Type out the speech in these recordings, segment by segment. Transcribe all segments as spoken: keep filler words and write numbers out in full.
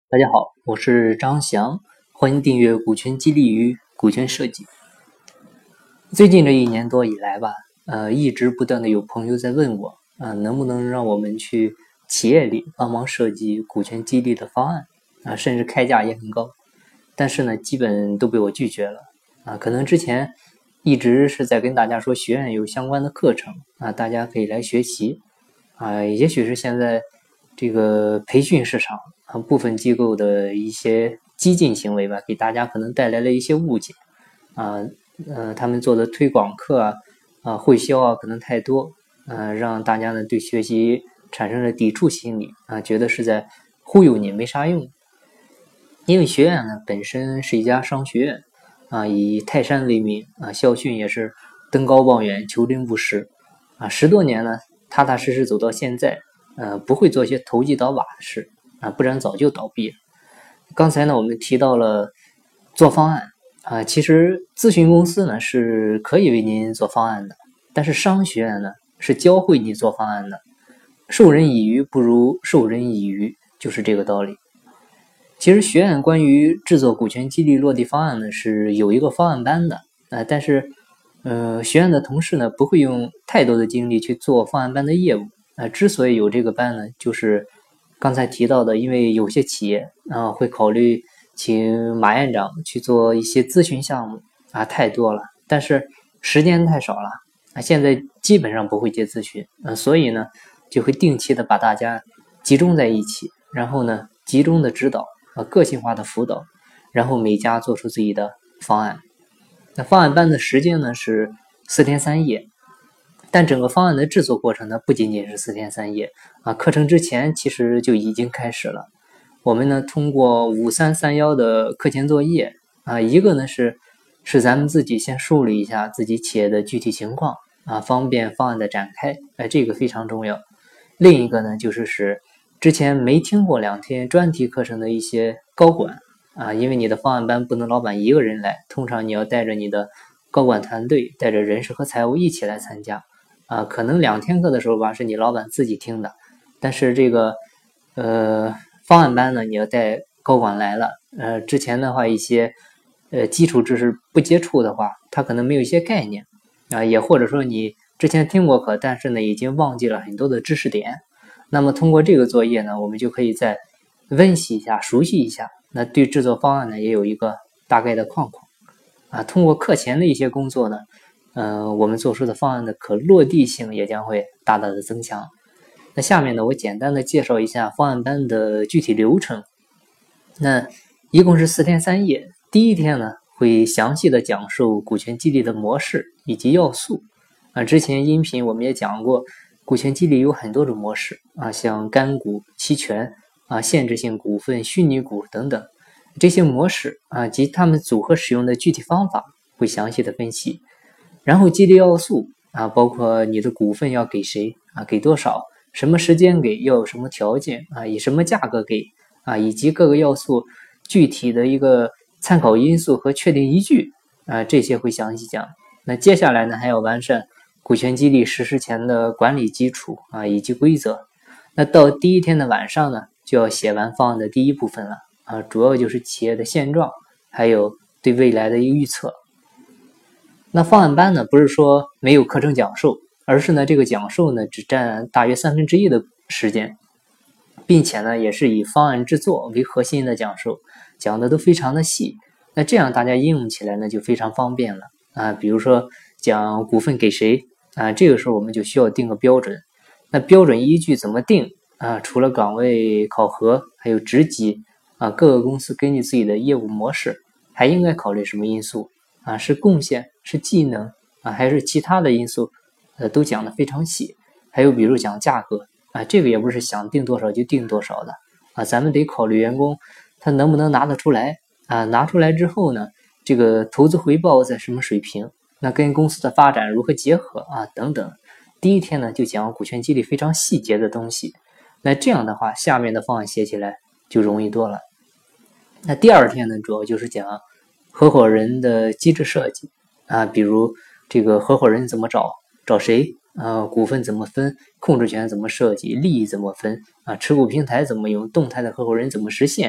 大家好，我是张翔，欢迎订阅股权激励与股权设计。最近这一年多以来吧，呃，一直不断的有朋友在问我，啊、呃，能不能让我们去企业里帮忙设计股权激励的方案啊、呃，甚至开价也很高，但是呢，基本都被我拒绝了啊、呃。可能之前一直是在跟大家说学院有相关的课程啊、呃，大家可以来学习啊、呃，也许是现在这个培训市场啊，部分机构的一些激进行为吧，给大家可能带来了一些误解啊，呃，他们做的推广课啊，啊，会销啊，可能太多，呃，让大家呢对学习产生了抵触心理啊，觉得是在忽悠你，没啥用。因为学院呢本身是一家商学院啊，以泰山为名啊，校训也是登高望远，求真不实啊，十多年呢，踏踏实实走到现在。呃，不会做一些投机倒把的事啊，不然早就倒闭了。刚才呢，我们提到了做方案啊，其实咨询公司呢是可以为您做方案的，但是商学院呢是教会你做方案的。授人以鱼不如授人以渔，就是这个道理。其实学院关于制作股权激励落地方案呢是有一个方案班的啊、呃，但是呃，学院的同事呢不会用太多的精力去做方案班的业务。呃，之所以有这个班呢，就是刚才提到的，因为有些企业啊会考虑请马院长去做一些咨询项目啊，太多了，但是时间太少了啊，现在基本上不会接咨询，呃，所以呢就会定期的把大家集中在一起，然后呢集中的指导啊，个性化的辅导，然后每家做出自己的方案。那方案班的时间呢是四天三夜。但整个方案的制作过程呢，不仅仅是四天三夜啊，课程之前其实就已经开始了。我们呢通过五三三幺的课前作业啊，一个呢是是咱们自己先梳理一下自己企业的具体情况啊，方便方案的展开，哎，这个非常重要。另一个呢就是使之前没听过两天专题课程的一些高管啊，因为你的方案班不能老板一个人来，通常你要带着你的高管团队，带着人事和财务一起来参加。啊，可能两天课的时候吧，是你老板自己听的，但是这个呃方案班呢，你要带高管来了，呃，之前的话一些呃基础知识不接触的话，他可能没有一些概念啊，也或者说你之前听过课，但是呢已经忘记了很多的知识点。那么通过这个作业呢，我们就可以再温习一下、熟悉一下，那对制作方案呢也有一个大概的框框啊。通过课前的一些工作呢。呃，我们做出的方案的可落地性也将会大大的增强。那下面呢，我简单的介绍一下方案班的具体流程。那一共是四天三夜。第一天呢，会详细的讲述股权激励的模式以及要素。啊，之前音频我们也讲过，股权激励有很多种模式啊，像干股、期权啊、限制性股份、虚拟股等等，这些模式啊及它们组合使用的具体方法会详细的分析。然后激励要素啊，包括你的股份要给谁啊，给多少，什么时间给，要有什么条件啊，以什么价格给啊，以及各个要素具体的一个参考因素和确定依据啊，这些会详细讲。那接下来呢，还要完善股权激励实施前的管理基础啊，以及规则。那到第一天的晚上呢，就要写完方案的第一部分了啊，主要就是企业的现状，还有对未来的一个预测。那方案班呢，不是说没有课程讲授，而是呢这个讲授呢只占大约三分之一的时间，并且呢也是以方案制作为核心的讲授，讲的都非常的细。那这样大家应用起来呢就非常方便了啊。比如说讲股份给谁啊，这个时候我们就需要定个标准。那标准依据怎么定啊？除了岗位考核，还有职级啊，各个公司根据自己的业务模式，还应该考虑什么因素？啊，是贡献，是技能啊，还是其他的因素，呃，都讲得非常细。还有比如讲价格啊，这个也不是想定多少就定多少的啊，咱们得考虑员工他能不能拿得出来啊，拿出来之后呢，这个投资回报在什么水平，那跟公司的发展如何结合啊，等等。第一天呢就讲股权激励非常细节的东西，那这样的话，下面的方案写起来就容易多了。那第二天呢，主要就是讲合伙人的机制设计啊，比如这个合伙人怎么找，找谁啊，股份怎么分，控制权怎么设计，利益怎么分啊，持股平台怎么用，动态的合伙人怎么实现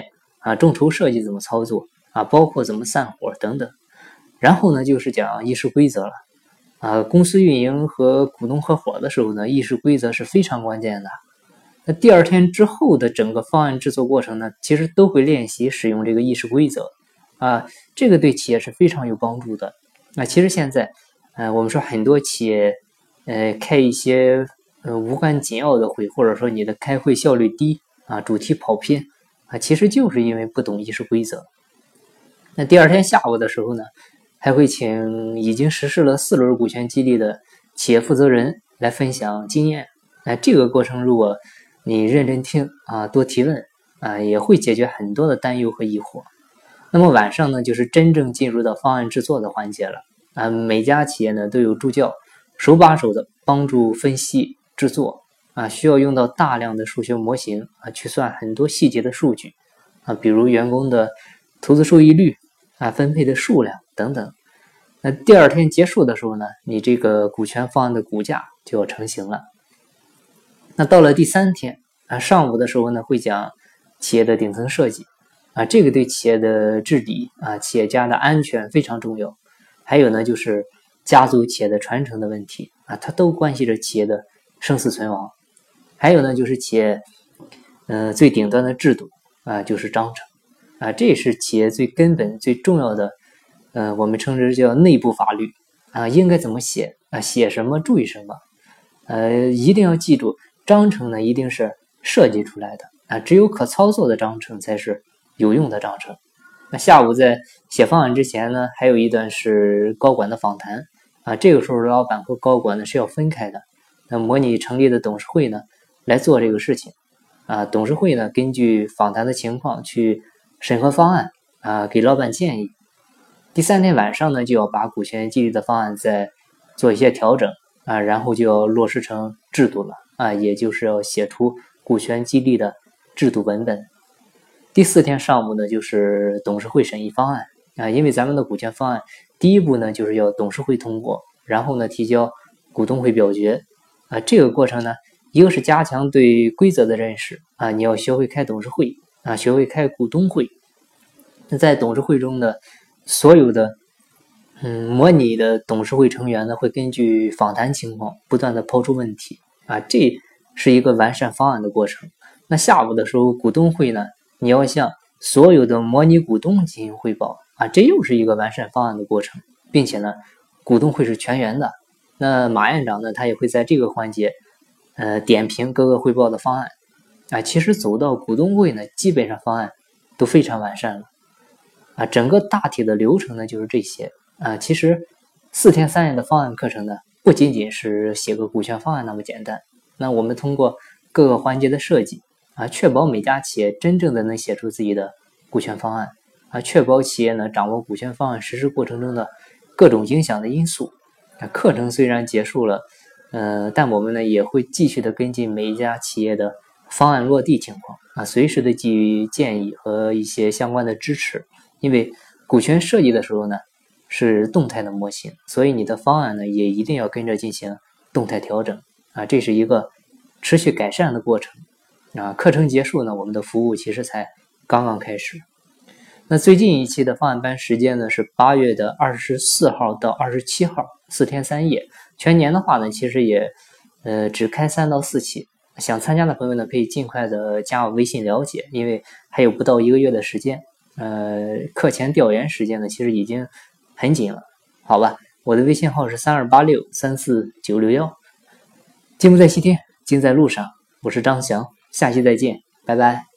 啊，众筹设计怎么操作啊，包括怎么散伙等等。然后呢，就是讲议事规则了。啊，公司运营和股东合伙的时候呢，议事规则是非常关键的。那第二天之后的整个方案制作过程呢，其实都会练习使用这个议事规则啊，这个对企业是非常有帮助的。那其实现在，呃，我们说很多企业，呃，开一些呃无关紧要的会，或者说你的开会效率低啊，主题跑偏啊，其实就是因为不懂议事规则。那第二天下午的时候呢，还会请已经实施了四轮股权激励的企业负责人来分享经验。哎，这个过程如果你认真听啊，多提问啊，也会解决很多的担忧和疑惑。那么晚上呢，就是真正进入到方案制作的环节了啊。每家企业呢都有助教手把手的帮助分析制作啊，需要用到大量的数学模型啊，去算很多细节的数据啊，比如员工的投资收益率啊，分配的数量等等。那第二天结束的时候呢，你这个股权方案的骨架就要成型了。那到了第三天啊，上午的时候呢，会讲企业的顶层设计啊，这个对企业的治理啊，企业家的安全非常重要。还有呢，就是家族企业的传承的问题啊，它都关系着企业的生死存亡。还有呢，就是企业呃最顶端的制度啊，就是章程啊，这也是企业最根本最重要的，呃，我们称之叫内部法律啊，应该怎么写啊，写什么注意什么，呃，一定要记住，章程呢一定是设计出来的啊，只有可操作的章程才是有用的章程。那下午在写方案之前呢，还有一段是高管的访谈啊，这个时候老板和高管呢是要分开的。那模拟成立的董事会呢来做这个事情啊，董事会呢根据访谈的情况去审核方案啊，给老板建议。第三天晚上呢，就要把股权激励的方案再做一些调整啊，然后就要落实成制度了啊，也就是要写出股权激励的制度文本。第四天上午呢，就是董事会审议方案啊，因为咱们的股权方案第一步呢，就是要董事会通过，然后呢提交股东会表决啊。这个过程呢，一个是加强对规则的认识啊，你要学会开董事会啊，学会开股东会。那在董事会中的所有的嗯模拟的董事会成员呢，会根据访谈情况不断的抛出问题啊，这是一个完善方案的过程。那下午的时候，股东会呢，你要向所有的模拟股东进行汇报啊，这又是一个完善方案的过程，并且呢，股东会是全员的。那马院长呢，他也会在这个环节，呃，点评各个汇报的方案啊。其实走到股东会呢，基本上方案都非常完善了啊。整个大体的流程呢就是这些啊。其实四天三夜的方案课程呢，不仅仅是写个股权方案那么简单。那我们通过各个环节的设计啊，确保每家企业真正的能写出自己的股权方案啊，确保企业呢掌握股权方案实施过程中的各种影响的因素啊。课程虽然结束了，呃，但我们呢也会继续的跟进每一家企业的方案落地情况啊，随时的给予建议和一些相关的支持。因为股权设计的时候呢是动态的模型，所以你的方案呢也一定要跟着进行动态调整啊，这是一个持续改善的过程。啊，课程结束呢，我们的服务其实才刚刚开始。那最近一期的方案班时间呢是八月的二十四号到二十七号，四天三夜。全年的话呢，其实也呃只开三到四期。想参加的朋友呢，可以尽快的加我微信了解，因为还有不到一个月的时间。呃，课前调研时间呢，其实已经很紧了，好吧？我的微信号是三二八六三四九六幺。进不在西天，精在路上。我是张翔。下期再见，拜拜。